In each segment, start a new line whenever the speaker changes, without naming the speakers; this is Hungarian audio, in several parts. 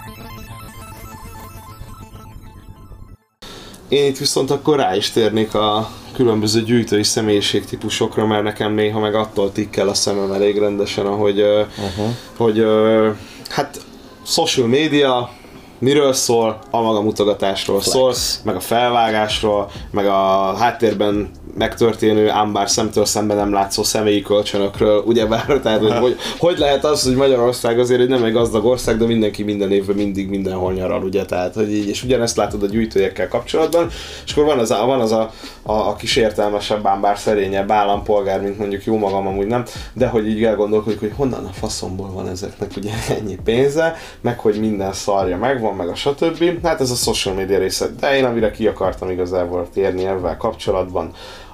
Én itt viszont akkor rá is térnék a különböző gyűjtői személyiségtípusokra, mert nekem néha meg attól tikkel a szemem elég rendesen, hogy hát social media miről szól? A maga mutogatásról szól, meg a felvágásról, meg a háttérben megtörténő, ám bár szemtől szemben nem látszó személyi kölcsönökről, ugyebár, tehát hogy lehet az, hogy Magyarország azért egy nem egy gazdag ország, de mindenki minden évben mindig mindenhol nyaral, ugye, tehát, hogy így, és ugyanezt látod a gyűjtőjekkel kapcsolatban, és akkor van az a kis értelmesebb, ám bár szerényebb állampolgár, mint mondjuk jó magam amúgy nem, de hogy így elgondolkodik, hogy honnan a faszomból van ezeknek ugye ennyi pénze, meg hogy minden szarja megvan, meg a stb. Hát ez a social media része, de én amire ki akartam igazából térni ebben kapcsolatban,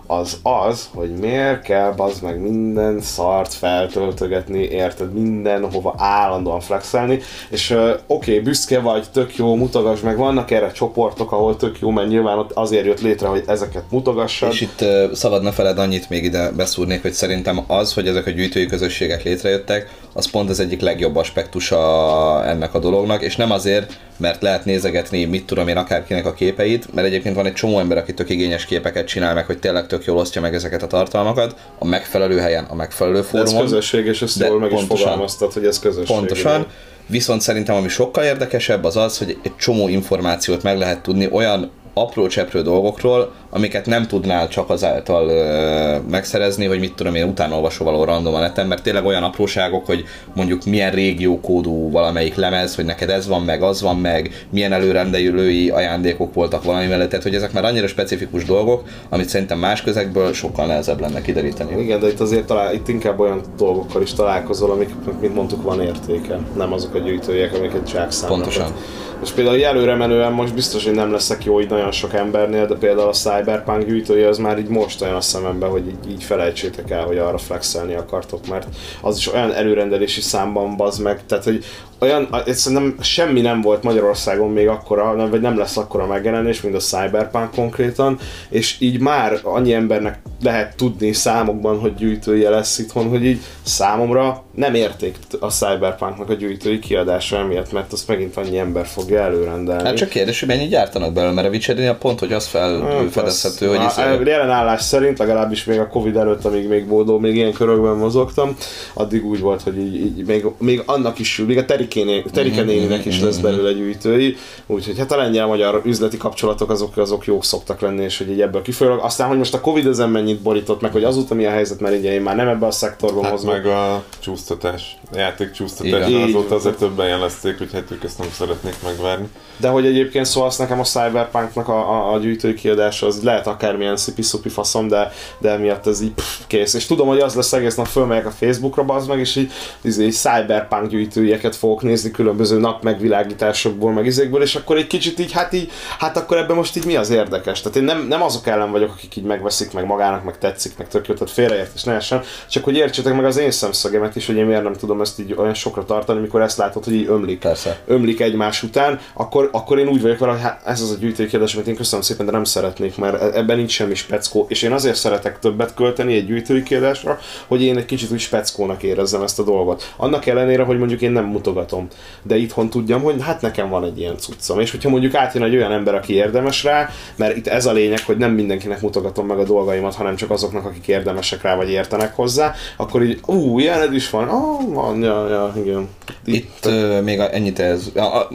az, hogy miért kell bazd meg minden szart feltöltögetni, érted, mindenhova állandóan flexelni, és oké, büszke vagy, tök jó, mutogass meg, vannak erre csoportok, ahol tök jó, mert nyilván ott azért jött létre, hogy ezeket mutogassad.
És itt szabad ne feled, annyit még ide beszúrnék, hogy szerintem az, hogy ezek a gyűjtői közösségek létrejöttek, az pont az egyik legjobb aspektusa ennek a dolognak, és nem azért, mert lehet nézegetni, mit tudom én, akárkinek a képeit, mert egyébként van egy csomó ember, aki tök igényes képeket csinál meg, hogy tényleg tök jól osztja meg ezeket a tartalmakat, a megfelelő helyen, a megfelelő fórumon.
Ez közösség, és ezt jól meg is fogalmaztad, hogy ez közösség.
Pontosan. Viszont szerintem ami sokkal érdekesebb az az, hogy egy csomó információt meg lehet tudni olyan apró cseprő dolgokról, amiket nem tudnál csak azáltal megszerezni, hogy mit tudom én, utánolvasó való random a neten, mert tényleg olyan apróságok, hogy mondjuk milyen régiókódú valamelyik lemez, hogy neked ez van meg, az van meg, milyen előrendelői ajándékok voltak valami mellett, tehát hogy ezek már annyira specifikus dolgok, amit szerintem más közegből sokkal nehezebb lenne kideríteni.
Igen, de itt azért itt inkább olyan dolgokkal is találkozol, amik, mint mondtuk, van értéke, nem azok a gyűjtőjek, amiket zsákszámnak.
Pontosan.
És például előre menően most biztos, hogy nem leszek jó így nagyon sok embernél, de például a Cyberpunk gyűjtője az már így most olyan a szemembe, hogy így felejtsétek el, hogy arra flexelni akartok, mert az is olyan előrendelési számban bazd meg, tehát hogy olyan, szerintem semmi nem volt Magyarországon még akkora, vagy nem lesz akkora megjelenés, mint a Cyberpunk konkrétan, és így már annyi embernek lehet tudni számokban, hogy gyűjtője lesz itthon, hogy így számomra nem érték a Cyberpunknak a gyűjtői kiadása emiatt, mert azt megint annyi ember fogja előrendelni.
Hát csak kérdés, hogy mennyit gyártanak belőle, mert a Witcher-nél pont, hogy az felfedezhető, hogy
jelen állás szerint, legalábbis még a Covid előtt, amíg még ilyen körökben mozogtam, addig úgy volt, hogy így még annak is, még a Terike néninek is lesz belőle gyűjtői, úgyhogy hát a lengyel-magyar üzleti kapcsolatok azok jók szoktak lenni, és hogy így ebből kifolyólag. Aztán, hogy most a Covid ezen mennyit borított meg, hogy azóta mi a helyzet, mert ugye én már nem ebbe a szektorban mozgok.
Meg a csúsztatás, a játékcsúsztatás, azóta azért többen jelezték, hogy hát ők ezt nem szeretnék megvárni.
De hogy egyébként szó azt nekem a Cyberpunknak a gyűjtői kiadása, az lehet akármilyen szipi-szupi faszom, de emiatt ez így kész. És tudom, hogy az lesz egész nap fölmegyek a Facebookra, bazd meg, és így Cyberpunk gyűjtőjeket fogok nézni különböző napmegvilágításokból, meg izékből, és akkor egy kicsit így, hát akkor ebben most így mi az érdekes? Tehát én nem azok ellen vagyok, akik így megveszik, meg magának, meg tetszik, meg tök jó, tehát félreértés ne essen, csak hogy értsétek meg az én szemszögemet is, hogy én miért nem tudom ezt így olyan sokra tartani, amikor ezt látod, hogy így ömlik.
Persze.
Ömlik egymás után, akkor én úgy vagyok vele, hogy hát ez az a gyűjtői kérdés, amit én köszönöm szépen, de nem szeretnék, mert ebben nincs semmi speckó, és én azért szeretek többet költeni egy gyűjtői kiadásra, hogy én egy kicsit úgy speckónak érezzem ezt a dolgot. Annak ellenére, hogy mondjuk én nem mutogatom, de itthon tudjam, hogy hát nekem van egy ilyen cuccom, és hogyha mondjuk átjön egy olyan ember, aki érdemes rá, mert itt ez a lényeg, hogy nem mindenkinek mutogatom meg a dolgaimat, hanem csak azoknak, akik érdemesek rá, vagy értenek hozzá, akkor így, ilyened is van, van, igen.
Itt még ennyit ez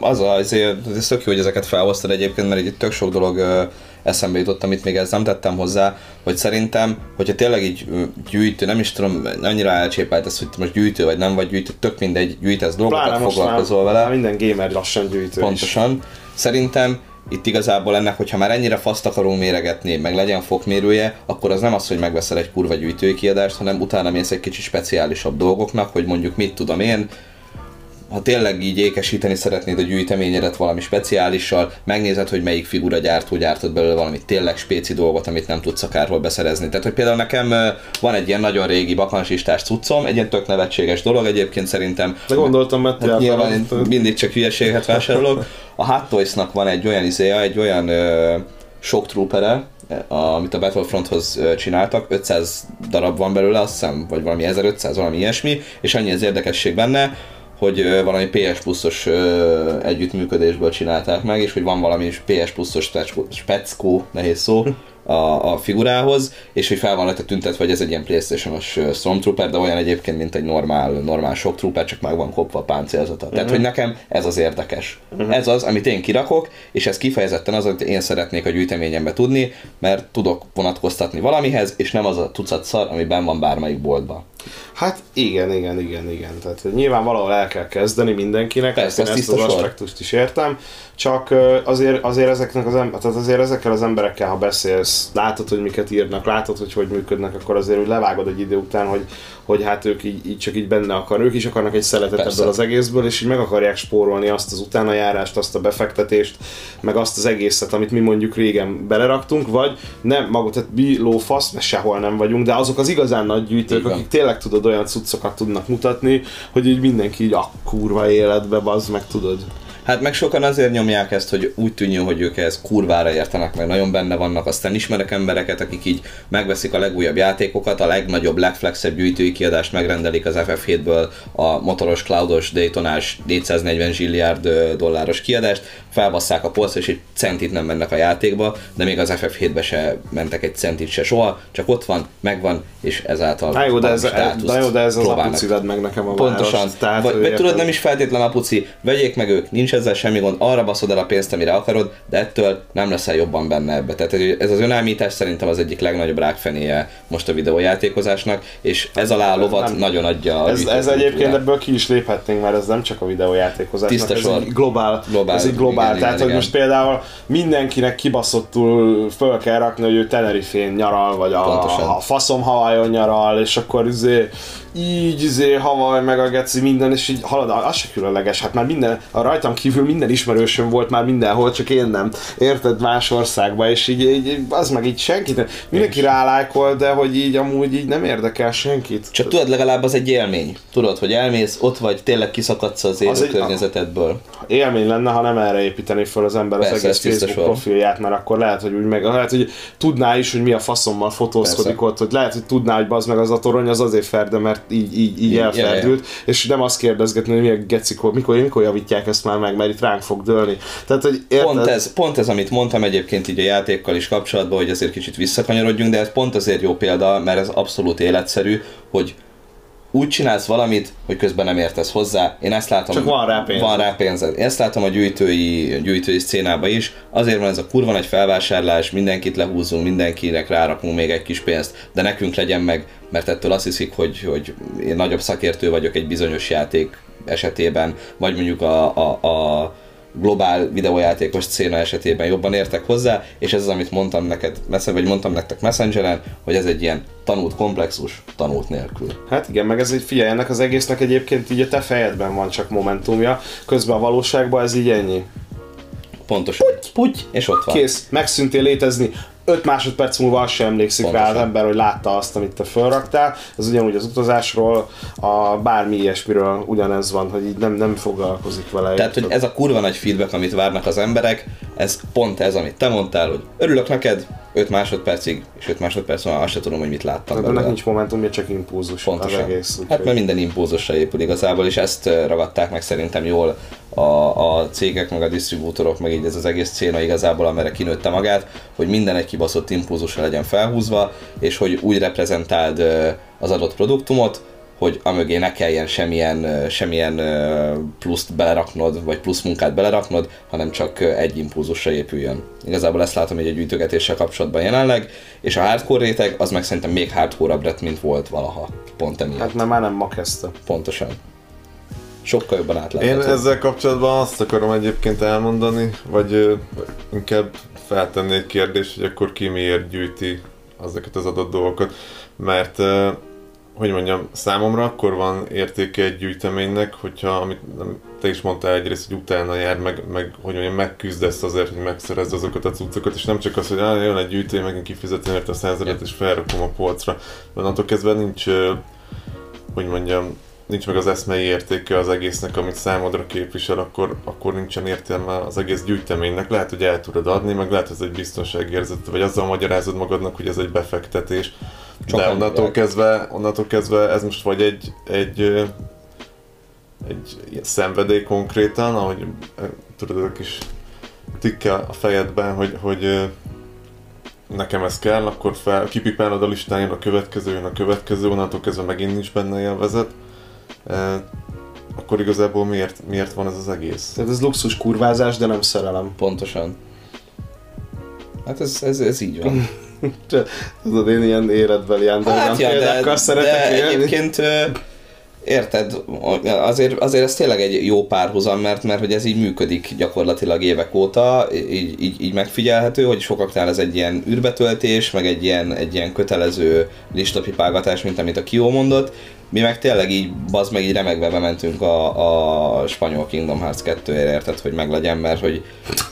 tök jó, hogy ezeket felhoztad egyébként, mert egy tök sok dolog eszembe jutott, amit még ezt nem tettem hozzá, hogy szerintem, hogyha tényleg így gyűjtő, nem is tudom, annyira elcsépelt ez, hogy most gyűjtő vagy nem vagy gyűjtő, tök mindegy, gyűjtesz dolgokat, foglalkozol vele.
Minden gamer lassan gyűjtő.
Pontosan. Is. Szerintem itt igazából ennek, hogyha már ennyire faszt akarunk méregetni, meg legyen fokmérője, akkor az nem az, hogy megveszel egy kurva gyűjtői kiadást, hanem utána mész egy kicsit speciálisabb dolgoknak, hogy mondjuk mit tudom én, ha tényleg így ékesíteni szeretnéd a gyűjteményedet valami speciálissal, megnézed, hogy melyik figura gyártó gyártott belőle valami tényleg spéci dolgot, amit nem tudsz akárhol beszerezni. Tehát, hogy például nekem van egy ilyen nagyon régi bakancsistás cuccom, egy ilyen tök nevetséges dolog egyébként szerintem.
De gondoltam, mert
hát nyilván mindig csak hülyeséget vásárolok. A Hot Toys-nak van egy olyan egy olyan shock troopere, amit a Battlefronthoz csináltak, 500 darab van belőle, azt hiszem, vagy valami 1500, valami ilyesmi, és annyi az érdekesség benne, hogy valami PS Plus-os együttműködésből csinálták meg, és hogy van valami PS Plus-os speckó, nehéz szó, a figurához, és hogy fel van lett tüntetve, hogy ez egy ilyen PlayStation-os Stormtrooper, de olyan egyébként, mint egy normál Shock Trooper, csak meg van kopva a páncélzata. Tehát, hogy nekem ez az érdekes. Ez az, amit én kirakok, és ez kifejezetten az, amit én szeretnék a gyűjteményembe tudni, mert tudok vonatkoztatni valamihez, és nem az a tucat szar, ami benn van bármelyik boltban.
Hát igen. Tehát nyilván valahol el kell kezdeni mindenkinek,
persze,
ezt az aspektust is értem, csak azért ezekkel az emberekkel, ha beszélsz, látod, hogy miket írnak, látod, hogy működnek, akkor azért úgy levágod egy idő után, hogy hát ők így csak így benne akarnak, ők is akarnak egy szeletet ebből az egészből, és így meg akarják spórolni azt az utánajárást, azt a befektetést, meg azt az egészet, amit mi mondjuk régen beleraktunk, vagy nem maga, tehát mi lófasz, mert sehol nem vagyunk, de azok az igazán nagy gyűjtők, akik tényleg tudod, olyan cuccokat tudnak mutatni, hogy így mindenki így a kurva életbe, bazd meg, tudod.
Hát meg sokan azért nyomják ezt, hogy úgy tűnjön, hogy ők ezt kurvára értenek, meg nagyon benne vannak, aztán ismerek embereket, akik így megveszik a legújabb játékokat, a legnagyobb, legflexebb gyűjtői kiadást megrendelik az FF7-ből, a motoros, cloudos, Daytonás 440 zsilliárd dolláros kiadást, felbasszák a polcra, és egy centit nem mennek a játékba, de még az FF7-be se mentek egy centit se soha, csak ott van, megvan, és ezáltal
na jó, de ez az apuci vedd meg nekem a
pontosan. Vagy tudod, nem is feltétlen apuci, vegyék meg ők, nincs ezzel semmi gond, arra baszod el a pénzt, amire akarod, de ettől nem leszel jobban benne ebbe. Tehát ez az önállítás szerintem az egyik legnagyobb rákfenéje most a videójátékozásnak, és ez alá a lovat nagyon adja a
ez egyébként ebből ki is léphetnénk, mert ez nem csak a videójátékozásnak, ez egy globál. Igen, tehát hogy most például mindenkinek kibaszottul föl kell rakni, hogy ő Tenerife-n nyaral, vagy a faszom Hawaiion nyaral, és akkor így Hawaii meg a geci minden, és így halad, az se különleges, hát már minden, a rajtam kívül minden ismerősöm volt már mindenhol, csak én nem, érted, más országban, és így az meg így senkit, mindenki rálájkol, de hogy így amúgy így nem érdekel senkit.
Csak tudod, legalább az egy élmény. Tudod, hogy elmész, ott vagy, tényleg kiszakadsz az élő környezetedből.
Élmény lenne, ha nem erre építeni föl az ember az egész Facebook profilját, mert akkor lehet, hogy úgy lehet, hogy tudná is, hogy mi a faszommal fotózkodik ott, hogy lehet, hogy tudná, hogy bazd meg az a torony az azért ferde, mert így elferdült, és nem azt kérdezgetni, hogy milyen gecikor, mikor javítják ezt már meg, mert itt ránk fog dőlni. Tehát, hogy
pont ez, amit mondtam egyébként így a játékkal is kapcsolatban, hogy azért kicsit visszakanyarodjunk, de ez pont azért jó példa, mert ez abszolút életszerű, hogy úgy csinálsz valamit, hogy közben nem értesz hozzá. Én ezt látom,
csak van rá
pénzed. Én ezt látom a gyűjtői szcénában is. Azért van ez a kurva nagy felvásárlás, mindenkit lehúzunk, mindenkinek rárakunk még egy kis pénzt, de nekünk legyen meg, mert ettől azt hiszik, hogy én nagyobb szakértő vagyok egy bizonyos játék esetében, vagy mondjuk a globál videójátékos szcéna esetében jobban értek hozzá, és ez az, amit mondtam neked, vagy mondtam nektek Messengeren, hogy ez egy ilyen tanult komplexus, tanult nélkül.
Hát igen, meg ez figyelj, ennek az egésznek egyébként így a te fejedben van csak momentumja, közben a valóságban ez így ennyi.
Pontosan. Puty, és ott van.
Kész, megszűntél létezni. 5 másodperc múlva azt sem emlékszik pontosan rá az ember, hogy látta azt, amit te felraktál. Ez ugyanúgy az utazásról, a bármi ilyesmiről ugyanez van, hogy így nem foglalkozik vele.
Tehát, hogy ez a kurva nagy feedback, amit várnak az emberek, ez pont ez, amit te mondtál, hogy örülök neked 5 másodpercig, és 5 másodperc van, azt sem tudom, hogy mit láttam belőle.
Ennek nincs momentumja, csak impulzus
pontosan
az egész.
Hát mert minden impulzusra épül igazából, és ezt ragadták meg szerintem jól a cégek, meg a disztribútorok, meg így ez az egész szcéna igazából, amire kinőtte magát, hogy minden egy kibaszott impulzusra legyen felhúzva, és hogy úgy reprezentáld az adott produktumot, hogy amögé ne kelljen semmilyen pluszt beleraknod, vagy plusz munkát beleraknod, hanem csak egy impulzusra épüljön. Igazából ezt látom egy gyűjtögetéssel kapcsolatban jelenleg, és a hardcore réteg az meg szerintem még hardcore-abb lett, mint volt valaha. Pont emiatt.
Hát már nem ma kezdte.
Pontosan. Sokkal jobban átlátható.
Én ezzel kapcsolatban azt akarom egyébként elmondani, vagy inkább feltenni egy kérdést, hogy akkor ki miért gyűjti ezeket az adott dolgokat, mert hogy mondjam, számomra akkor van értéke egy gyűjteménynek, hogyha, amit te is mondtál egyrészt, hogy utána jár, meg hogy mondjam, megküzdesz azért, hogy megszerezd azokat a cuccokat, és nem csak az, hogy jön egy gyűjtő, megint kifizetem érte a 100 000 és felrakom a polcra. Onnantól kezdve nincs, hogy mondjam, nincs meg az eszmei értéke az egésznek, amit számodra képvisel, akkor nincsen értelme az egész gyűjteménynek. Lehet, hogy el tudod adni, meg lehet, hogy ez egy biztonságérzet, vagy azzal magyarázod magadnak, hogy ez egy befektetés. De onnantól kezdve ez most vagy egy egy ilyen szenvedély konkrétan, ahogy tudod, a kis tikkel a fejedben, hogy nekem ez kell, akkor kipipálod a listán, jön a következő, onnantól kezdve megint nincs benne élvezet. Akkor igazából miért van ez az egész?
Tehát ez luxus kurvázás, de nem szerelem.
Pontosan. Hát ez így van.
Tudod, én ilyen életbeli példákkal szeretek élni.
Egyébként érted, azért ez tényleg egy jó párhuzam, mert hogy ez így működik gyakorlatilag évek óta, így megfigyelhető, hogy sokaknál ez egy ilyen űrbetöltés, meg egy ilyen kötelező listapipálgatás, mint amit a Kio mondott. Mi meg tényleg így, bazd meg így remegve bementünk a spanyol Kingdom Hearts 2-ért, érted, hogy meglegyen, mert hogy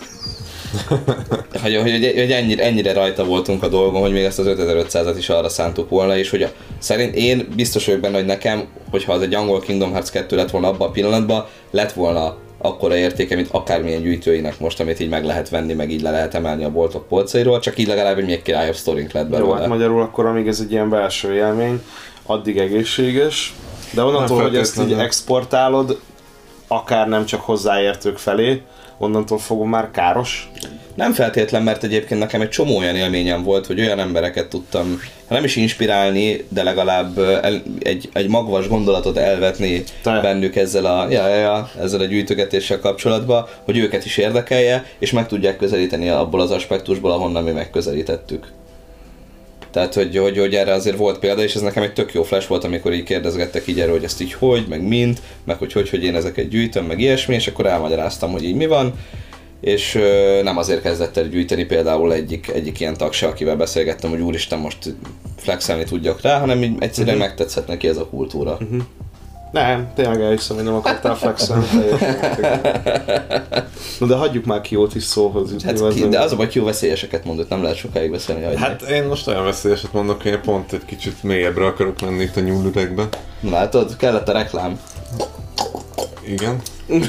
ennyire rajta voltunk a dolgon, hogy még ezt az 5500-at is arra szántuk volna, és hogy szerint én biztos vagyok benne, hogy nekem, hogyha az egy angol Kingdom Hearts 2 lett volna abban a pillanatban, lett volna akkora értéke, mint akármilyen gyűjtőinek most, amit így meg lehet venni, meg így le lehet emelni a boltok polcairól, csak így legalább egy még királyabb sztorink lett belőle.
Jó, hát magyarul akkor, amíg ez egy ilyen belső élmény, addig egészséges, de onnantól, hogy ezt így exportálod, akár nem csak hozzáértők felé, onnantól fogom már káros.
Nem feltétlen, mert egyébként nekem egy csomó olyan élményem volt, hogy olyan embereket tudtam, nem is inspirálni, de legalább egy magvas gondolatot elvetni bennük ezzel a gyűjtögetéssel kapcsolatban, hogy őket is érdekelje, és meg tudják közelíteni abból az aspektusból, ahonnan mi megközelítettük. Tehát, hogy erre azért volt példa, és ez nekem egy tök jó flash volt, amikor így kérdezgettek így erről, hogy ezt így hogy, meg mint, meg hogy én ezeket gyűjtöm, meg ilyesmi, és akkor elmagyaráztam, hogy így mi van. És nem azért kezdett el gyűjteni például egyik ilyen tag se, akivel beszélgettem, hogy úristen, most flexelni tudjak rá, hanem így egyszerűen megtetszett neki ez a kultúra.
Nem, tényleg elhiszem, hogy nem akartál flexelni teljesen. Na de hagyjuk már Kiót is szóhoz jutni.
Hát, de az a baj, Kió veszélyeseket mondott, nem lehet sokáig beszélni.
Hát én most olyan veszélyeset mondok, hogy én pont egy kicsit mélyebbre akarok menni itt a nyúlüregbe.
Na látod, kellett a reklám.
Igen.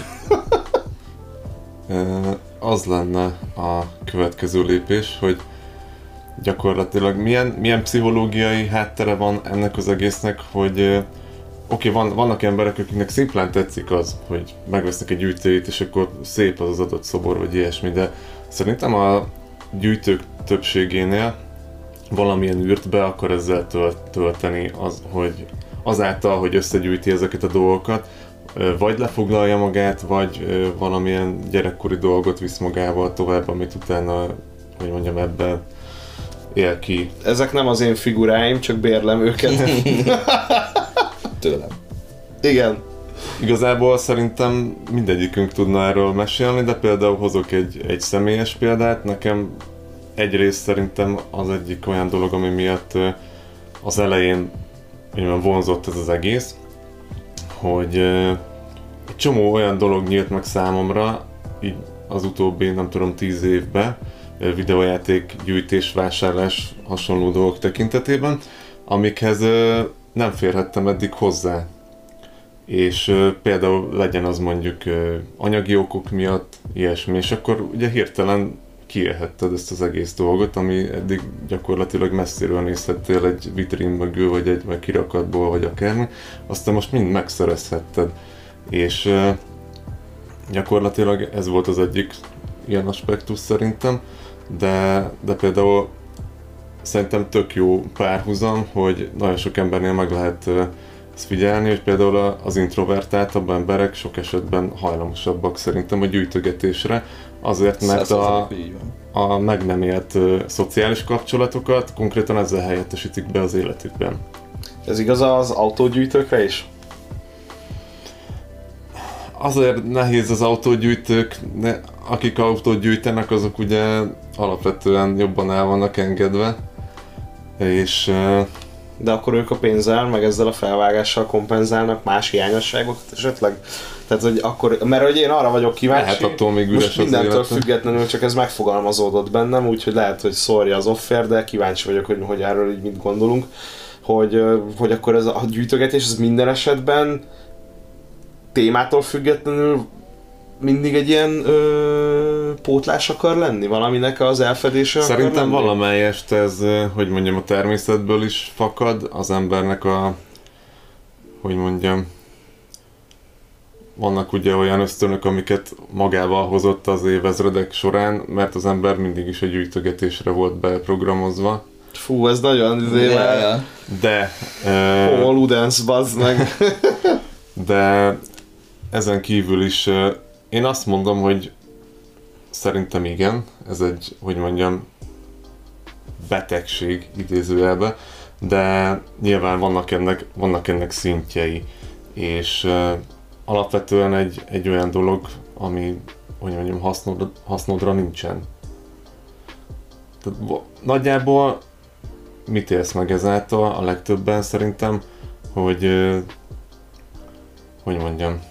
Az lenne a következő lépés, hogy gyakorlatilag milyen pszichológiai háttere van ennek az egésznek, hogy vannak emberek, akiknek szimplán tetszik az, hogy megvesznek egy gyűjtőjét, és akkor szép az adott szobor, vagy ilyesmi, de szerintem a gyűjtők többségénél valamilyen űrt be akar ezzel tölteni, hogy azáltal, hogy összegyűjti ezeket a dolgokat, vagy lefoglalja magát, vagy valamilyen gyerekkori dolgot visz magával tovább, amit utána, hogy mondjam, ebben él ki.
Ezek nem az én figuráim, csak bérlem őket.
Tőlem.
Igen.
Igazából szerintem mindegyikünk tudna erről mesélni, de például hozok egy személyes példát. Nekem egyrészt szerintem az egyik olyan dolog, ami miatt az elején vonzott ez az egész, hogy egy csomó olyan dolog nyílt meg számomra, így az utóbbi, nem tudom, 10 évben, videójáték, gyűjtés, vásárlás, hasonló dolgok tekintetében, amikhez nem férhettem eddig hozzá. És például legyen az mondjuk anyagi okok miatt, ilyesmi, és akkor ugye hirtelen kiélhetted ezt az egész dolgot, ami eddig gyakorlatilag messziről nézhettél egy vitrín mögül, vagy egy kirakatból, vagy akármi, aztán most mind megszerezhetted. És gyakorlatilag ez volt az egyik ilyen aspektus szerintem, de például szerintem tök jó párhuzam, hogy nagyon sok embernél meg lehet ezt figyelni, hogy például az introvertáltabb emberek sok esetben hajlamosabbak szerintem a gyűjtögetésre, azért mert a meg nem élt szociális kapcsolatokat konkrétan ezzel helyettesítik be az életükben.
Ez igaz az autógyűjtőkre is?
Azért nehéz az autógyűjtők, akik autót gyűjtenek, azok ugye alapvetően jobban el vannak engedve, és...
De akkor ők a pénzzel, meg ezzel a felvágással kompenzálnak más hiányosságokat esetleg? Tehát, hogy akkor, mert hogy én arra vagyok kíváncsi,
lehet attól még üres
most mindentől függetlenül csak ez megfogalmazódott bennem, úgyhogy lehet, hogy szórja az offer, de kíváncsi vagyok, hogy erről így mit gondolunk, hogy akkor ez a gyűjtögetés ez minden esetben témától függetlenül mindig egy ilyen pótlás akar lenni? Valaminek az elfedése akar
Szerintem
lenni?
valamelyest ez, hogy mondjam, a természetből is fakad, az embernek a, hogy mondjam, vannak ugye olyan ösztönök, amiket magával hozott az évezredek során, mert az ember mindig is a gyűjtögetésre volt beprogramozva.
Fú, ez nagyon
De...
Homo ludens, bazd meg.
De ezen kívül is én azt mondom, hogy szerintem igen, ez egy, hogy mondjam, betegség idézőjelbe, de nyilván vannak ennek szintjei, és alapvetően egy olyan dolog, ami, hogy mondjam, hasznodra nincsen. Tehát, nagyjából mit élsz meg ezáltal a legtöbben szerintem, hogy mondjam,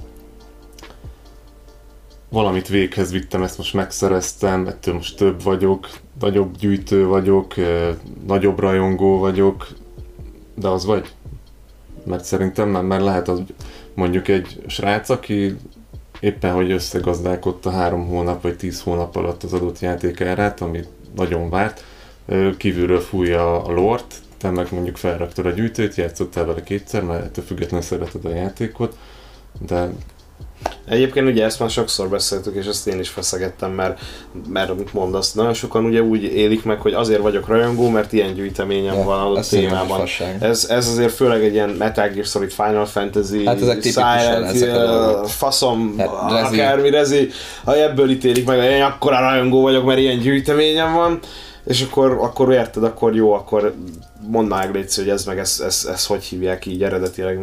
valamit véghez vittem, ezt most megszereztem, ettől most több vagyok, nagyobb gyűjtő vagyok, nagyobb rajongó vagyok, de az vagy? Mert szerintem nem, mert lehet az mondjuk egy srác, aki éppen hogy összegazdálkodta 3 hónap vagy 10 hónap alatt az adott játékárát, amit nagyon várt, kívülről fújja a lort, te meg mondjuk felraktad a gyűjtőt, játszottál vele 2-szer, mert ettől függetlenül szereted a játékot, de...
Egyébként ugye ezt már sokszor beszéltük, és ezt én is feszegettem, mert amit mondasz, nagyon sokan ugye úgy élik meg, hogy azért vagyok rajongó, mert ilyen gyűjteményem van adott témában. Ez azért főleg egy ilyen Metal Gear Solid, Final Fantasy,
hát
Silent, faszom, akármi rezi, ha ebből ítélik meg, hogy én akkora rajongó vagyok, mert ilyen gyűjteményem van, és akkor érted, akkor jó, akkor mondd meg, Léci, hogy ez meg ezt hogy hívják így eredetileg,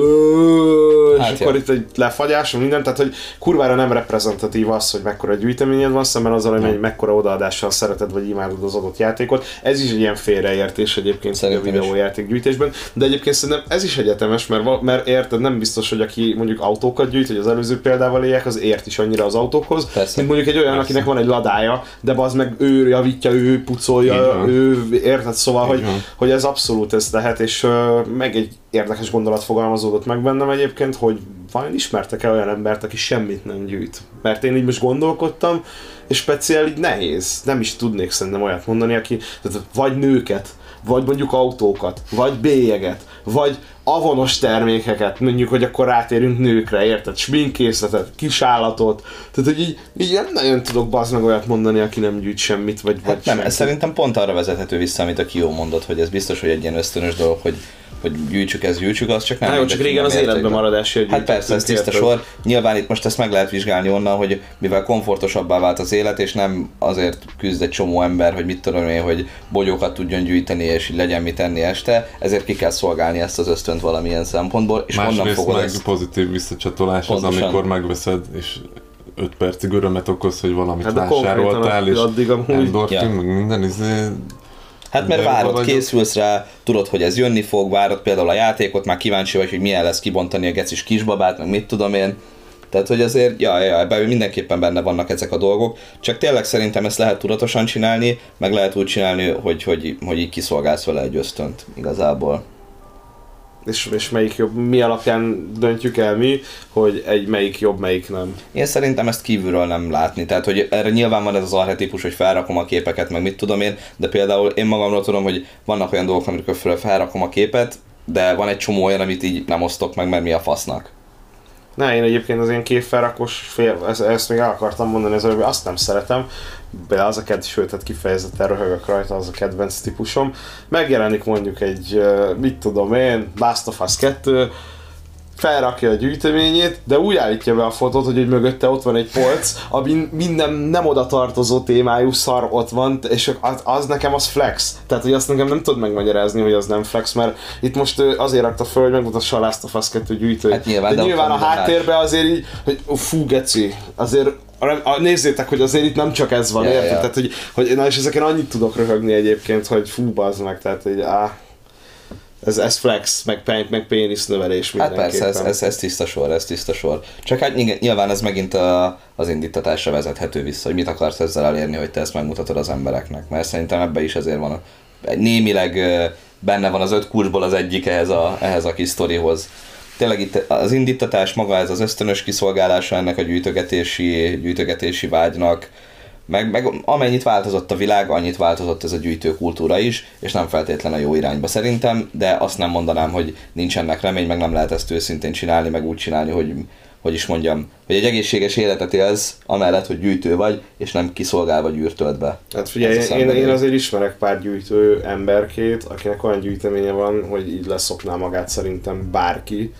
és hát akkor itt egy lefagyás, minden, tehát hogy kurvára nem reprezentatív az, hogy mekkora gyűjteményed van, szemben azzal, hogy mekkora odaadással szereted vagy imádod az adott játékot. Ez is egy ilyen félreértés egyébként a videójáték gyűjtésben, de egyébként szerintem ez is egyetemes, mert érted, nem biztos, hogy aki mondjuk autókat gyűjt, hogy az előző példával éljek, az ért is annyira az autókhoz, mint mondjuk egy olyan, akinek van egy ladája, de az meg ő javítja, ő pucolja, ő érted, szóval, hogy ez abszolút ez lehet, és meg egy érdekes gondolat fogalmazódott meg bennem egyébként, hogy vajon ismertek-e olyan embert, aki semmit nem gyűjt? Mert én így most gondolkodtam, és speciál így nehéz. Nem is tudnék szerintem olyat mondani, aki tehát vagy nőket, vagy mondjuk autókat, vagy bélyeget, vagy avonos termékeket, mondjuk, hogy akkor rátérünk nőkre, érted? Sminkkészletet, kisállatot, tehát hogy így nem nagyon tudok bazd meg olyat mondani, aki nem gyűjt semmit, vagy
nem, ez szerintem pont arra vezethető vissza, amit a Kio mondott, hogy ez biztos, hogy egy ilyen ösztönös dolog, hogy gyűjtsük, az csak nem.
Jó, csak régen az életben maradásért.
Hát persze, ez tiszta sor. Nyilván itt most ezt meg lehet vizsgálni onnan, hogy mivel komfortosabbá vált az élet, és nem azért küzd egy csomó ember, hogy mit tudom én, hogy bogyókat tudjon gyűjteni, és így legyen mit enni este, ezért ki kell szolgálni ezt az ösztönt valamilyen szempontból, és onnan fogod
meg pozitív visszacsatolás az, amikor megveszed, és 5 percig örömet okoz, hogy valamit vásároltál, és endorfin, meg minden
Hát mert várod, készülsz rá, tudod, hogy ez jönni fog, várod például a játékot, már kíváncsi vagy, hogy milyen lesz kibontani a gecis kisbabát, meg mit tudom én. Tehát, hogy azért, ebben mindenképpen benne vannak ezek a dolgok, csak tényleg szerintem ezt lehet tudatosan csinálni, meg lehet úgy csinálni, hogy így kiszolgálsz vele egy ösztönt igazából.
És melyik jobb, mi alapján döntjük el mi, hogy melyik jobb, melyik nem?
Én szerintem ezt kívülről nem látni, tehát hogy erre nyilván van ez az archetípus, hogy felrakom a képeket, meg mit tudom én, de például én magamról tudom, hogy vannak olyan dolgok, amikor felrakom a képet, de van egy csomó olyan, amit így nem osztok meg, mert mi a fasznak.
Ne, én egyébként az ilyen képfelrakós ezt még el akartam mondani, azt nem szeretem, de az a sőt, tehát kifejezetten röhögök rajta, az a kedvenc típusom. Megjelenik mondjuk egy, mit tudom én, Last of Us 2, felrakja a gyűjteményét, de úgy állítja be a fotót, hogy mögötte ott van egy polc, ami minden nem oda tartozó témájú szar ott van, és az nekem az flex. Tehát, hogy azt nekem nem tud megmagyarázni, hogy az nem flex, mert itt most azért rakta föl, hogy megmutassa a Last of Us 2 gyűjtőt. Hát nyilván a háttérben azért így, hogy fú geci, azért nézzétek, hogy azért itt nem csak ez van, érted? Tehát, hogy na és ezeken annyit tudok röhögni egyébként, hogy fú bazd meg, tehát hogy ez flex, meg pénisz növelés mindenképpen.
Hát persze, ez tiszta sor. Csak hát nyilván ez megint az indítatásra vezethető vissza, hogy mit akarsz ezzel elérni, hogy te ezt megmutatod az embereknek. Mert szerintem ebbe is azért van, némileg benne van az 5 kulcsból az egyik ehhez a kis sztorihoz. Tényleg itt az indítatás maga, ez az ösztönös kiszolgálása ennek a gyűjtögetési vágynak, meg amennyit változott a világ, annyit változott ez a gyűjtőkultúra is, és nem feltétlenül a jó irányba szerintem, de azt nem mondanám, hogy nincs ennek remény, meg nem lehet ezt őszintén csinálni, meg úgy csinálni, hogy is mondjam, hogy egy egészséges életet élsz, amellett, hogy gyűjtő vagy, és nem kiszolgálva gyűrtöd be.
Hát figyelj, én azért ismerek pár gyűjtő emberkét, akinek olyan gyűjteménye van, hogy így leszokná magát szerintem bárki,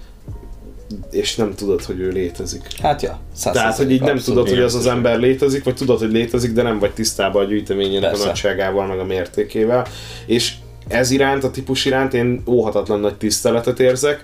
és nem tudod, hogy ő létezik.
Hát ja,
tehát, hogy így nem tudod, hogy az az ember létezik, vagy tudod, hogy létezik, de nem vagy tisztában a gyűjteményének a nagyságával, meg a mértékével. És ez iránt, a típus iránt én óhatatlan nagy tiszteletet érzek,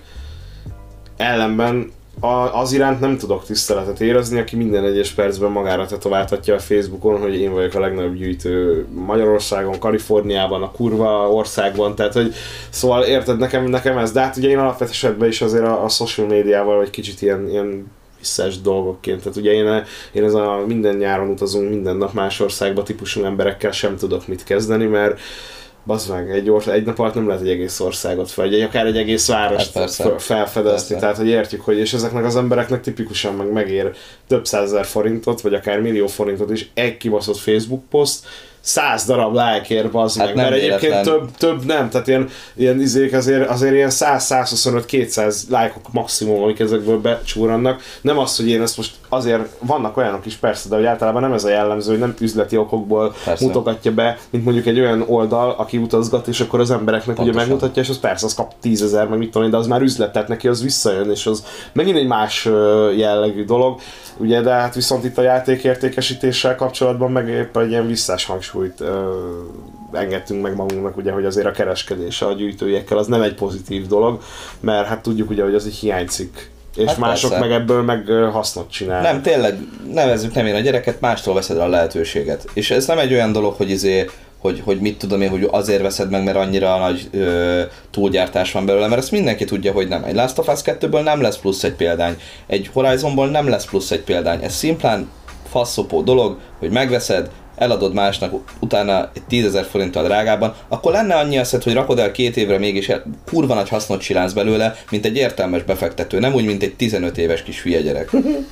ellenben az iránt nem tudok tiszteletet érezni, aki minden egyes percben magára tetováltatja a Facebookon, hogy én vagyok a legnagyobb gyűjtő Magyarországon, Kaliforniában, a kurva országban, tehát hogy szóval érted, nekem ez, de hát ugye én alapvetően is azért a social médiával vagy kicsit ilyen visszás dolgokként, tehát ugye én ez a minden nyáron utazunk, minden nap más országba típusú emberekkel sem tudok mit kezdeni, mert bazd meg, egy nap alatt nem lehet egy egész országot vagy akár egy egész várost felfedezni, tehát hogy értjük, hogy és ezeknek az embereknek tipikusan megér több 100 000 forintot, vagy akár millió forintot is egy kibaszott Facebook poszt, 100 darab like-ért, bazd meg, mert egyébként több nem, tehát ilyen izék azért ilyen 100-125-200 like-ok maximum, amik ezekből becsúrannak. Nem az, hogy én ezt most azért vannak olyanok is persze, de hogy általában nem ez a jellemző, hogy nem üzleti okokból mutogatja be, mint mondjuk egy olyan oldal, aki utazgat, és akkor az embereknek ugye megmutatja, és az persze az kap 10 000, meg mit tudom én, de az már üzlet, tehát neki az visszajön, és az megint egy más jellegű dolog. Ugye, de hát viszont itt a játékértékesítéssel kapcsolatban meg épp egy ilyen visszás hangsúlyt engedtünk meg magunknak, ugye, hogy azért a kereskedés a gyűjtőjekkel az nem egy pozitív dolog, mert hát tudjuk ugye, hogy az egy hiánycikk. És hát mások persze. Meg ebből meg hasznot csinálnak.
Nem, tényleg nevezzük nem én a gyereket, mástól veszed a lehetőséget. És ez nem egy olyan dolog, hogy hogy mit tudom én, hogy azért veszed meg, mert annyira nagy túlgyártás van belőle, mert ezt mindenki tudja, hogy nem. Egy Last of Us 2-ből nem lesz plusz egy példány, egy Horizonból nem lesz plusz egy példány. Ez szimplán faszopó dolog, hogy megveszed, eladod másnak, utána egy 10 000 forinttal drágában, akkor lenne annyi eszed, hogy rakod el 2 évre mégis kurva nagy hasznot csinálsz belőle, mint egy értelmes befektető, nem úgy, mint egy 15 éves kis hülye gyerek.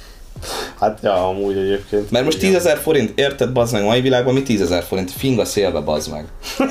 Hát ja, amúgy egyébként.
Mert most 10 000 forint, érted, bazd meg, mai világban mi 10 000 forint? Finga szélbe, bazd meg.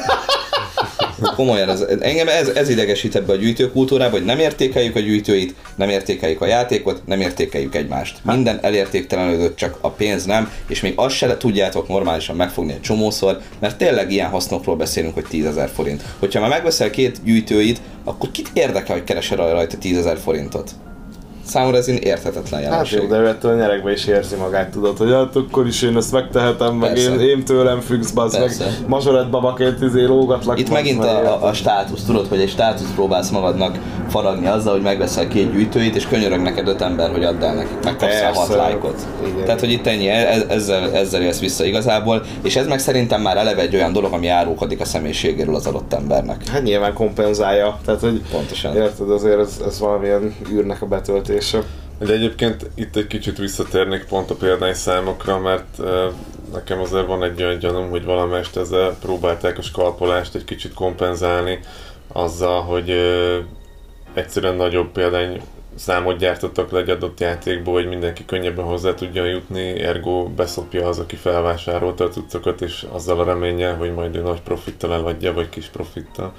Komolyan, engem ez idegesít ebbe a gyűjtőkultúrába, hogy nem értékeljük a gyűjtőit, nem értékeljük a játékot, nem értékeljük egymást. Minden elértéktelenődött, csak a pénz nem, és még azt se tudjátok normálisan megfogni egy csomószor, mert tényleg ilyen hasznokról beszélünk, hogy 10 000 forint. Hogyha már megveszel 2 gyűjtőit, akkor kit érdekel, hogy keresel rajta 10 000 forintot? Számomra ez érthetetlen jelenség.
Hát jó, de ő ettől a nyerekbe is érzi magát, tudod, hogy hát akkor is én ezt megtehetem, meg én tőlem függsz, bazd meg, mazsorett babaként lógatlak.
Itt megint a státusz, tudod, hogy egy státusz próbálsz magadnak faragni azzal, hogy megveszel 2 gyűjtőit, és könyörög neked 5 ember, hogy add el nekik, megkapsz 6 lájkot. Tehát, hogy itt ennyi, ezzel élsz vissza igazából, és ez meg szerintem már eleve egy olyan dolog, ami árulkodik a személyiségéről az adott embernek.
Hát nyilván kompenzálja, tehát hogy
pontosan.
Érted, azért ez valamilyen űrnek a betöltés.
De egyébként itt egy kicsit visszatérnék pont a példányszámokra, mert nekem azért van egy olyan gyanúm, hogy valamelyest ezzel próbálták a skalpolást egy kicsit kompenzálni azzal, hogy egyszerűen nagyobb példány számot gyártottak le egy adott játékból, hogy mindenki könnyebben hozzá tudjon jutni, ergo beszopja az, aki felvásárolta a cuccokat, és azzal a reménnyel, hogy majd ő nagy profittal eladja, vagy kis profittal.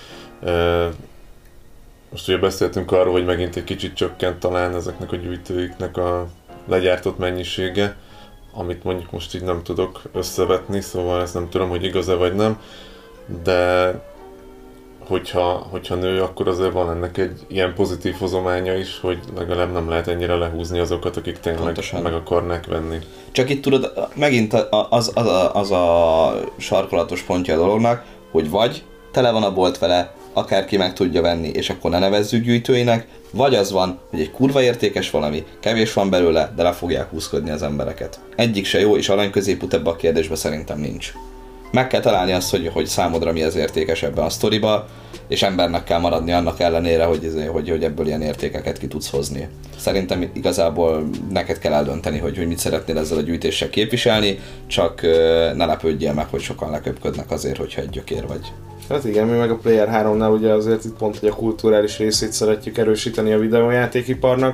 Most ugye beszéltünk arról, hogy megint egy kicsit csökkent talán ezeknek a gyűjtőiknek a legyártott mennyisége, amit mondjuk most így nem tudok összevetni, szóval ezt nem tudom, hogy igaz-e vagy nem, de hogyha nő, akkor azért van ennek egy ilyen pozitív hozománya is, hogy legalább nem lehet ennyire lehúzni azokat, akik tényleg pontosan meg akarnák venni.
Csak itt tudod, megint az a sarkolatos pontja a dolognak, hogy vagy tele van a bolt vele, akárki meg tudja venni, és akkor ne nevezzük gyűjtőinek, vagy az van, hogy egy kurva értékes valami, kevés van belőle, de le fogják húzkodni az embereket. Egyik se jó, és arany középút ebbe a kérdésbe szerintem nincs. Meg kell találni azt, hogy számodra mi az értékes ebben a sztoriba, és embernek kell maradni annak ellenére, hogy ebből ilyen értékeket ki tudsz hozni. Szerintem igazából neked kell eldönteni, hogy mit szeretnél ezzel a gyűjtéssel képviselni, csak ne lepődjél meg, hogy sokan leköpködnek azért, hogyha egy gyökér vagy.
Hát igen, mi meg a Player 3-nál ugye azért itt pont, hogy a kulturális részét szeretjük erősíteni a videójátékiparnak,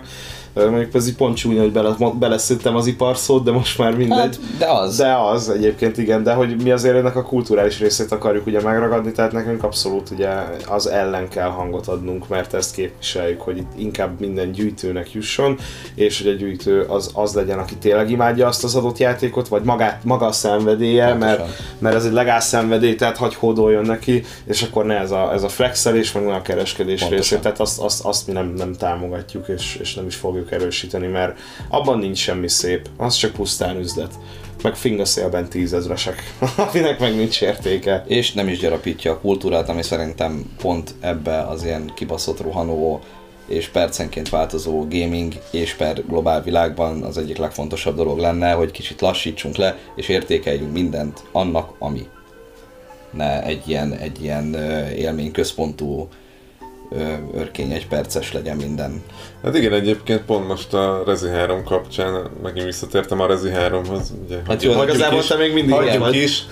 mondjuk ez így pont csúnya, hogy beleszültem az iparszót, de most már mindegy.
Hát,
de az egyébként igen, de hogy mi azért ennek a kulturális részét akarjuk ugye megragadni, tehát nekünk abszolút ugye az ellen kell hangot adnunk, mert ezt képviseljük, hogy itt inkább minden gyűjtőnek jusson, és hogy a gyűjtő az legyen, aki tényleg imádja azt az adott játékot, vagy maga a szenvedélye, mert ez egy legál szenvedély, tehát hagy hódoljon neki, és akkor ne ez a flexelés, meg a kereskedés részét, tehát azt mi nem támogatjuk, és nem is fogjuk erősíteni, mert abban nincs semmi szép, az csak pusztán üzlet. Meg fingaszélben 10 000-esek, aminek meg nincs értéke.
És nem is gyarapítja a kultúrát, ami szerintem pont ebbe az ilyen kibaszott rohanó és percenként változó gaming és per globál világban az egyik legfontosabb dolog lenne, hogy kicsit lassítsunk le, és értékeljünk mindent annak, ami. Ne egy ilyen élményközpontú örkény, egy perces legyen minden.
Hát igen, egyébként pont most a Rezi 3 kapcsán megint visszatértem a Rezi 3-hoz. Ugye,
hát jó, igazából te még mindig
hagyjuk is.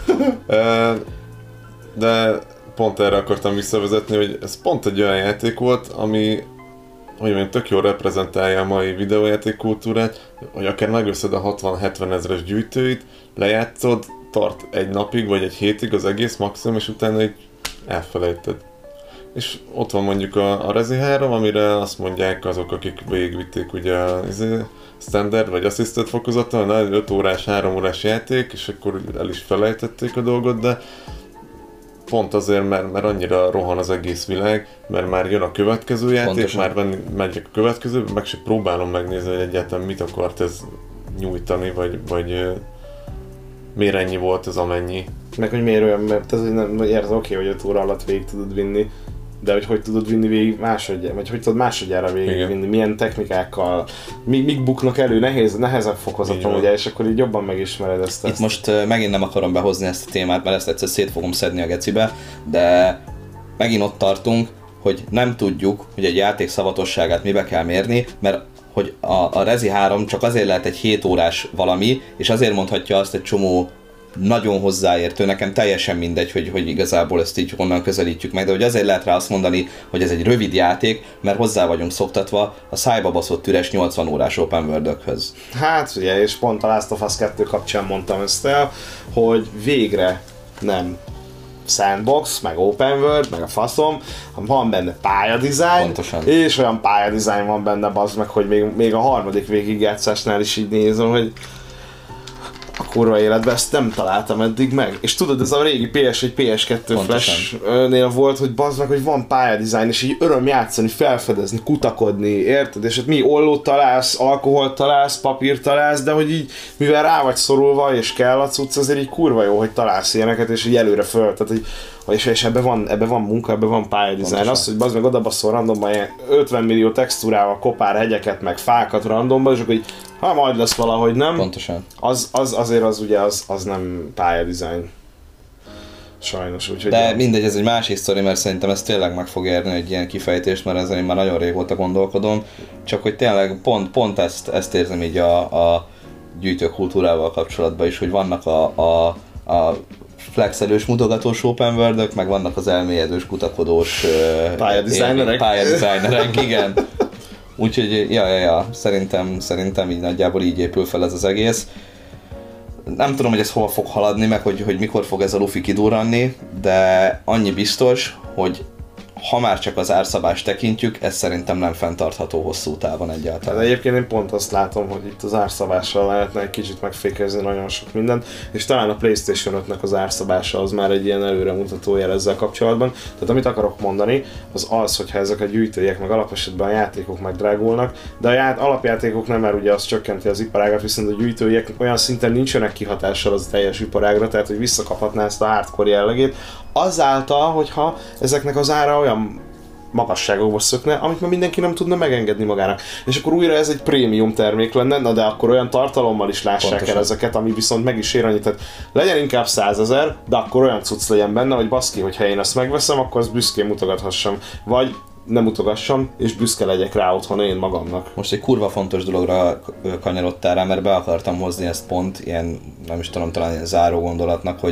De pont erre akartam visszavezetni, hogy ez pont egy olyan játék volt, ami hogy mondjam, tök jól reprezentálja a mai videójáték kultúrát, hogy akár megveszed a 60-70 ezres gyűjtőit, lejátszod, tart egy napig vagy egy hétig az egész maximum, és utána így elfelejted. És ott van mondjuk a Rezi 3, amire azt mondják azok, akik végigvitték ugye a standard vagy assisted fokozaton, na 5 órás, 3 órás játék, és akkor el is felejtették a dolgot, de pont azért, mert annyira rohan az egész világ, mert már jön a következő játék, pontosan. Már megyek a következő, meg se próbálom megnézni, hogy egyáltalán mit akart ez nyújtani, vagy miért ennyi volt ez amennyi.
Meg hogy miért olyan, mert ez nem érted, oké, hogy 5 óra alatt végig tudod vinni, de hogy tudod vinni végig másodjára, vagy hogy tudod másodjára végigvinni, milyen technikákkal, mik buknak elő, nehezebb fokozaton, ugye, és akkor így jobban megismered ezt.
Itt most megint nem akarom behozni ezt a témát, mert ezt egyszer szét fogom szedni a gecibe, de megint ott tartunk, hogy nem tudjuk, hogy egy játék szavatosságát mibe kell mérni, mert hogy a Rezi 3 csak azért lehet egy 7 órás valami, és azért mondhatja azt egy csomó nagyon hozzáértő, nekem teljesen mindegy, hogy igazából ezt így honnan közelítjük meg, de hogy azért lehet rá azt mondani, hogy ez egy rövid játék, mert hozzá vagyunk szoktatva a szájba baszott üres 80 órás open world-ökhöz.
Hát ugye, és pont a Last of Us 2 kapcsán mondtam ezt el, hogy végre nem sandbox, meg open world, meg a faszom, van benne pályadizájn,
pontosan.
És olyan pályadizájn van benne, bazd meg, hogy még a harmadik végigjátszásnál is így nézem, hogy a kurva életben ezt nem találtam eddig meg. És tudod, ez a régi PS1, PS2 Flash-nél volt, hogy bazd meg, hogy van pályadizájn, és így öröm játszani, felfedezni, kutakodni, érted? És hát mi ollót találsz, alkoholt találsz, papírt találsz, de hogy így, mivel rá vagy szorulva, és kell a cucc, azért így kurva jó, hogy találsz ilyeneket, és így előre föl. Tehát, és ebben van munka, ebben van pályadizájn. Az, hogy bazd meg odabasszol randomban ilyen 50 millió textúrával kopár hegyeket, meg fákat randomban, és akkor így, ha majd lesz valahogy, nem?
Pontosan.
Azért az ugye az nem pályadizájn. Sajnos, úgyhogy...
De mindegy, ez egy másik sztori, mert szerintem ez tényleg meg fog érni egy ilyen kifejtést, mert ezen én már nagyon régóta gondolkodom. Csak hogy tényleg pont ezt érzem így a gyűjtőkultúrával kapcsolatban is, hogy vannak a flexelős, mutogatós open world-ök, meg vannak az elmélyedős, kutakodós pályadizájnerek, igen. Úgyhogy, szerintem így nagyjából így épül fel ez az egész. Nem tudom, hogy ez hova fog haladni, meg hogy mikor fog ez a lufi kidurranni, de annyi biztos, hogy ha már csak az árszabást tekintjük, ez szerintem nem fenntartható hosszú távon egyáltalán.
De egyébként én pont azt látom, hogy itt az árszabással lehetne egy kicsit megfékezni nagyon sok mindent, és talán a PlayStation 5-nek az árszabása az már egy ilyen előremutató jel ezzel kapcsolatban. Tehát amit akarok mondani, az, hogyha ezek a gyűjtőjek, meg alapesetben a játékok megdrágulnak, de a alapjátékok nem, mert ugye az csökkenti az iparágat, viszont a gyűjtőjek olyan szinten nincsenek kihatással az a teljes iparágra, tehát hogy visszakaphatná ezt a hardcore jellegét, azáltal, hogyha ezeknek az ára olyan magasságokba szökne, amit már mindenki nem tudna megengedni magának. És akkor újra ez egy prémium termék lenne, na de akkor olyan tartalommal is lássák pontosan el ezeket, ami viszont meg is ér annyit. Tehát legyen inkább 100 000, de akkor olyan cucc legyen benne, hogy baszki, hogyha én ezt megveszem, akkor azt büszkén mutogathassam. Vagy nem mutogassam, és büszke legyek rá otthon én magamnak.
Most egy kurva fontos dologra kanyarodtál rá, mert be akartam hozni ezt pont ilyen, nem is tudom, talán ilyen záró gondolatnak,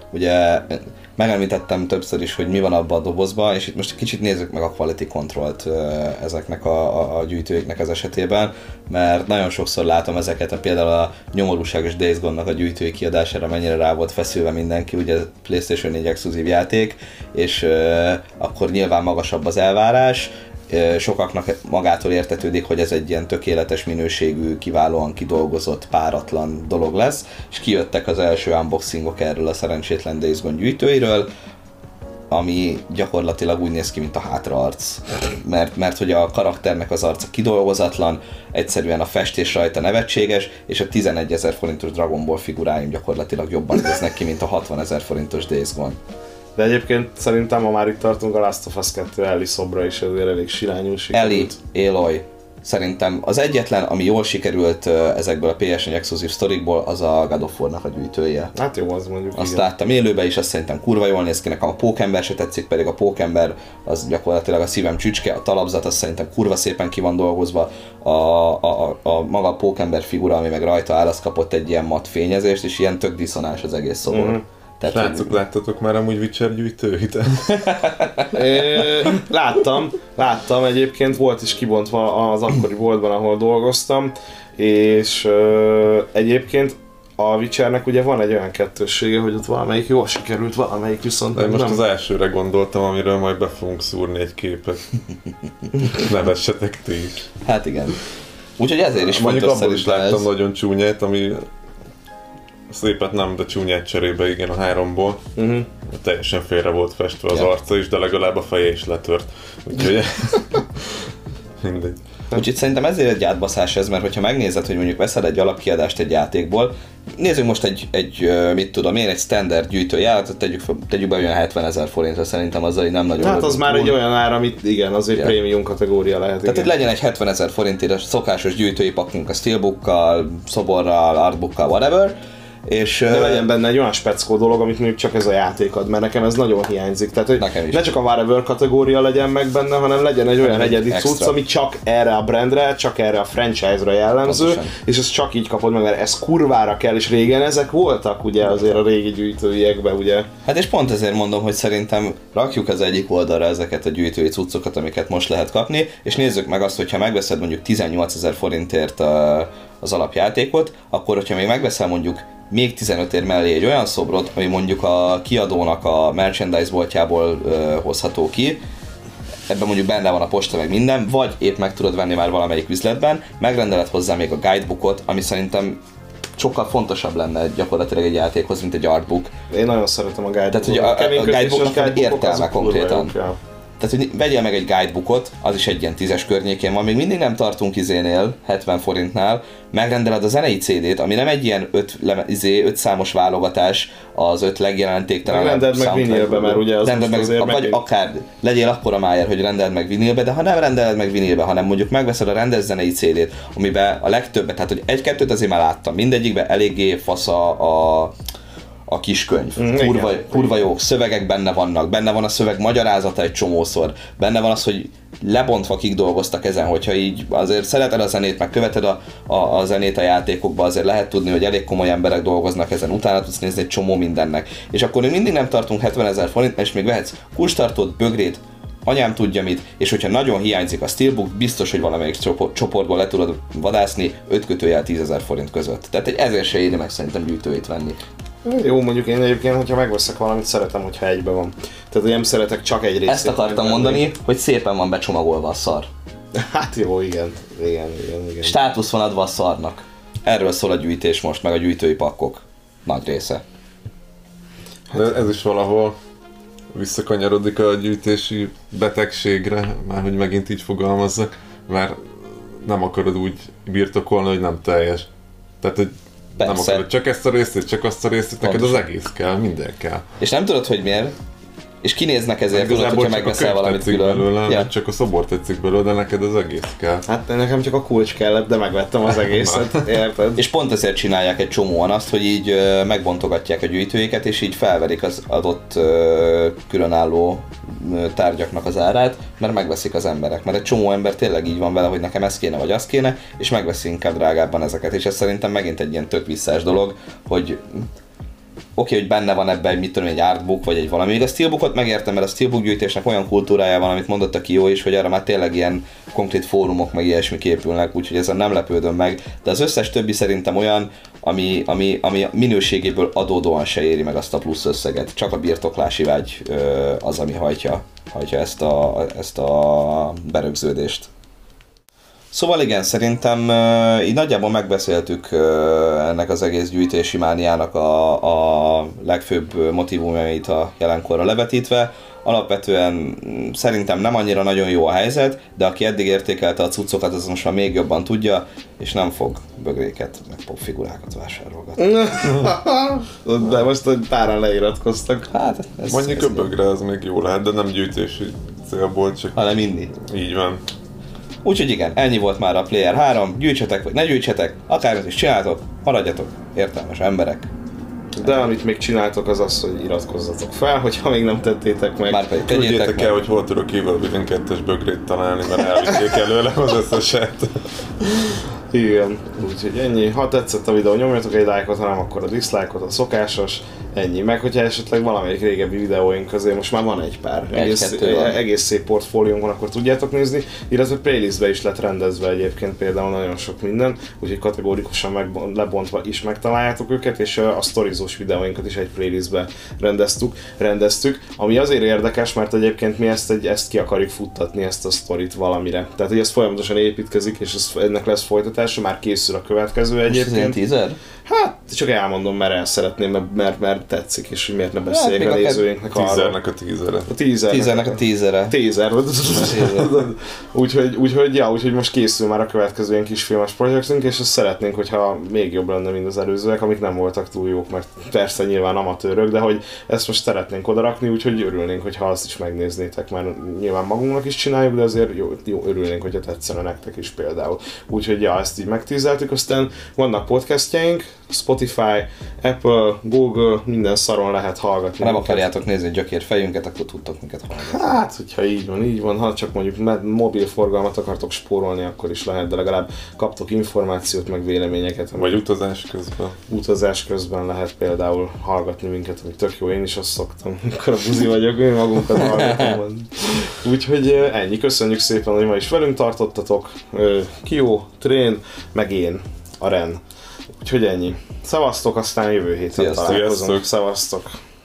ugye megemlítettem többször is, hogy mi van abban a dobozban, és itt most kicsit nézzük meg a quality controlt ezeknek a gyűjtőiknek az esetében, mert nagyon sokszor látom ezeket, például a nyomorúságos Days Gone-nak a gyűjtői kiadására mennyire rá volt feszülve mindenki, ugye PlayStation 4 exkluzív játék, és akkor nyilván magasabb az elvárás, sokaknak magától értetődik, hogy ez egy ilyen tökéletes minőségű, kiválóan kidolgozott, páratlan dolog lesz, és kijöttek az első unboxingok erről a szerencsétlen Days Gone gyűjtőiről, ami gyakorlatilag úgy néz ki, mint a hátraarc. Mert hogy a karakternek az arca kidolgozatlan, egyszerűen a festés rajta nevetséges, és a 11 000 forintos Dragon Ball figuráim gyakorlatilag jobban néznek ki, mint a 60 000 forintos Days Gone.
De egyébként szerintem, ha már itt tartunk, a Last of Us 2 Ellie szobra is azért elég silányul sikerült.
Ellie, Aloy. Szerintem az egyetlen, ami jól sikerült ezekből a PS4 exkluzív sztorikból, az a God of War-nak a gyűjtője.
Hát jó, az mondjuk.
Azt
igen.
láttam élőben is, azt szerintem kurva jól néz ki, nekem a Pókember se tetszik, pedig a Pókember az gyakorlatilag a szívem csücske, a talapzat az szerintem kurva szépen ki van dolgozva, a maga a Pókember figura, ami meg rajta áll, az kapott egy ilyen matt fényezést, és ilyen tök diszonás az egész szobor. Mm-hmm.
Srácok, láttatok már amúgy Witcher gyűjtőit?
Láttam, egyébként volt is kibontva az akkori boltban, ahol dolgoztam, és egyébként a Witchernek ugye van egy olyan kettőssége, hogy ott valamelyik jól sikerült, valamelyik viszont
de most
nem.
az elsőre gondoltam, amiről majd be fogunk szúrni egy képet. Nevessetek ti is.
Hát igen. Úgyhogy ezért is
mondjuk
fontos
abból is láttam
ez.
nagyon csúnyát, ami szépet nem, de csúnyát cserébe, igen, a 3-ból. Teljesen félre volt festve az arca is, de legalább a feje is letört. Úgyhogy mindegy.
Úgyhogy szerintem ezért egy átbaszás ez, mert hogyha megnézed, hogy mondjuk veszed egy alapkiadást egy játékból, nézzük most egy mit tudom én, egy standard gyűjtőjáratot, tegyük be olyan 70 000 forintra, szerintem azzal így nem nagyon.
Hát az már egy olyan ár, amit igen, azért prémium kategória lehet.
Tehát, hogy legyen egy 70 000 forintért szokásos gyűjtői pakunk a steelbookkal, szoborral, artbookkal, whatever, és
de legyen benne egy olyan speckó dolog, amit mondjuk csak ez a játék ad, mert nekem ez nagyon hiányzik. Tehát, hogy ne csak a whatever kategória legyen meg benne, hanem legyen egy olyan egyedi cucc, ami csak erre a brandre, csak erre a franchise-ra jellemző, pontosan. És ezt csak így kapod meg, mert ez kurvára kell, és régen ezek voltak ugye azért a régi gyűjtőiekben, ugye.
Hát és pont ezért mondom, hogy szerintem rakjuk az egyik oldalra ezeket a gyűjtői cuccokat, amiket most lehet kapni, és nézzük meg azt, hogyha megveszed mondjuk 18 000 forintért az alapjátékot, akkor hogyha még megveszel mondjuk még 15 ér mellé egy olyan szobrot, ami mondjuk a kiadónak a merchandise boltjából hozható ki, ebben mondjuk benne van a posta meg minden, vagy épp meg tudod venni már valamelyik üzletben, megrendeled hozzá még a guidebookot, ami szerintem sokkal fontosabb lenne gyakorlatilag egy játékhoz, mint egy artbook.
Én nagyon szeretem a guidebookot.
Tehát, hogy a guidebooknak van értelme konkrétan. Tehát, hogy vegyél meg egy guidebookot, az is egy ilyen 10-es környékén van, még mindig nem tartunk izénél, 70 forintnál, megrendeled a zenei CD-t, ami nem egy ilyen 5 számos válogatás, az 5 legjelentéktelenebb
rendeld meg vinilbe, mert ugye az
meg,
azért
vagy akár legyél akkora májer, hogy rendeld meg vinilbe, de ha nem rendeled meg vinilbe, hanem mondjuk megveszed a rendes zenei CD-t, amiben a legtöbbet, tehát hogy egy-kettőt azért már láttam, mindegyikben eléggé fasz a kiskönyv. Kurva jók, szövegek benne van a szöveg magyarázata egy csomószor, benne van az, hogy lebontva kik dolgoztak ezen, hogyha így azért szereted a zenét, meg követed a zenét a játékokba, azért lehet tudni, hogy elég komoly emberek dolgoznak ezen, utána tudsz nézni egy csomó mindennek. És akkor még mindig nem tartunk 70 000 forint, és még vehetsz kulcstartót, bögrét, anyám tudja mit, és hogyha nagyon hiányzik a steelbook, biztos, hogy valamelyik csoportból le tudod vadászni 5-10 000 forint között. Tehát egy ezért se éri meg szerintem gyűjtőit venni.
Jó, mondjuk én egyébként, hogyha megveszek valamit, szeretem, hogyha egybe van. Tehát, hogy nem szeretek csak egy részét.
Ezt akartam mondani, hogy szépen van becsomagolva a szar.
Hát jó, igen.
Státusz van adva a szarnak. Erről szól a gyűjtés most, meg a gyűjtői pakkok nagy része.
De ez is valahol visszakanyarodik a gyűjtési betegségre, már hogy megint így fogalmazzak, mert nem akarod úgy birtokolni, hogy nem teljes. Tehát, hogy persze. Nem akarod csak ezt a részét, csak azt a részét, neked az egész kell, minden kell.
És nem tudod, hogy miért, és kinéznek ezért, tudod, hogyha megveszel valamit külön.
Belőle, ja. Csak a szobor tetszik belőle, de neked az egész kell.
Hát nekem csak a kulcs kellett, de megvettem az egészet, érted?
És pont ezért csinálják egy csomóan azt, hogy így megbontogatják a gyűjtőiket, és így felverik az adott különálló tárgyaknak az árát, mert megveszik az emberek. Mert egy csomó ember tényleg így van vele, hogy nekem ez kéne, vagy az kéne, és megveszi inkább drágábban ezeket. És ez szerintem megint egy ilyen tök visszás dolog, hogy oké, hogy benne van ebben, mit tudom, egy artbook, vagy egy valami. Még a steelbookot megértem, mert a steelbook gyűjtésnek olyan kultúrája van, amit mondott a Kio is, hogy arra már tényleg ilyen konkrét fórumok, meg ilyesmik épülnek, úgyhogy ezen nem lepődöm meg. De az összes többi szerintem olyan, ami minőségéből adódóan se éri meg azt a plusz összeget. Csak a birtoklási vágy az, ami hajtja ezt a berögződést. Szóval igen, szerintem így nagyjából megbeszéltük ennek az egész gyűjtési mániának a legfőbb motivumait a jelenkorra levetítve. Alapvetően szerintem nem annyira nagyon jó a helyzet, de aki eddig értékelte a cuccokat, az most már még jobban tudja, és nem fog bögréket, meg popfigurákat vásárolgatni.
De most, hogy páran leiratkoztak.
Hát,
Mondjuk a bögre az még jó lehet, de nem gyűjtési célból, csak
hanem inni.
így van.
Úgyhogy igen, ennyi volt már a Player 3, gyűjtsetek vagy ne gyűjtsetek, akármit is csináltok, maradjatok értelmes emberek.
De amit még csináltok az az, hogy iratkozzatok fel, hogyha még nem tettétek meg.
Márpedig tegyétek
Küldjétek
meg.
el, hogy hol tudok Evil Within 2-es bögrét találni, mert elvitték előlem az összeset.
Igen, úgyhogy ennyi. Ha tetszett a videó, nyomjatok egy lájkot, ha nem, akkor a dislike-ot, a szokásos. Ennyi. Meg hogyha esetleg valamelyik régebbi videóink közé, most már van egy pár. Egész szép portfóliónk van, akkor tudjátok nézni. Illetve playlistbe is lett rendezve egyébként például nagyon sok minden, úgyhogy kategórikusan lebontva is megtaláljátok őket, és a sztorizós videóinkat is egy playlistbe rendeztük. Ami azért érdekes, mert egyébként mi ezt ki akarjuk futtatni, ezt a sztorit valamire. Tehát, hogy ez folyamatosan építkezik, és ennek lesz folytatása, már készül a következő egyébként.
Most ez
Hát, csak elmondom, mert el szeretném, mert tetszik, és hogy miért ne beszéljek a nézőinknek arról.
Tízernek a tízere.
Tízernek a tízere.
Tízer. úgyhogy most készül már a következő ilyen kisfilmes projektünk, és azt szeretnénk, hogyha még jobb lenne, mint az előzőek, amik nem voltak túl jók, mert persze nyilván amatőrök, de hogy ezt most szeretnénk odarakni, úgyhogy örülnénk, hogyha azt is megnéznétek, mert nyilván magunknak is csináljuk, de azért jó örülnénk, hogyha tetszene nektek is például. Úgyhogy ezt így megtízeltük, aztán vannak podcastjaink, Spotify, Apple, Google, minden szaron lehet hallgatni.
Ha nem akarjátok nézni gyökér fejünket, akkor tudtok minket hallgatni.
Hát, hogyha így van, ha csak mondjuk mobil forgalmat akartok spórolni, akkor is lehet, de legalább kaptok információt, meg véleményeket.
Vagy utazás közben.
Utazás közben lehet például hallgatni minket, ami tök jó, én is azt szoktam, amikor a buzi vagyok, én magunkat hallgatom. Úgyhogy ennyi, köszönjük szépen, hogy ma is velünk tartottatok. Kio, Trén, meg én, a Ren. Úgyhogy ennyi. Szavaztok, aztán jövő héten találkozunk. Szavaztok!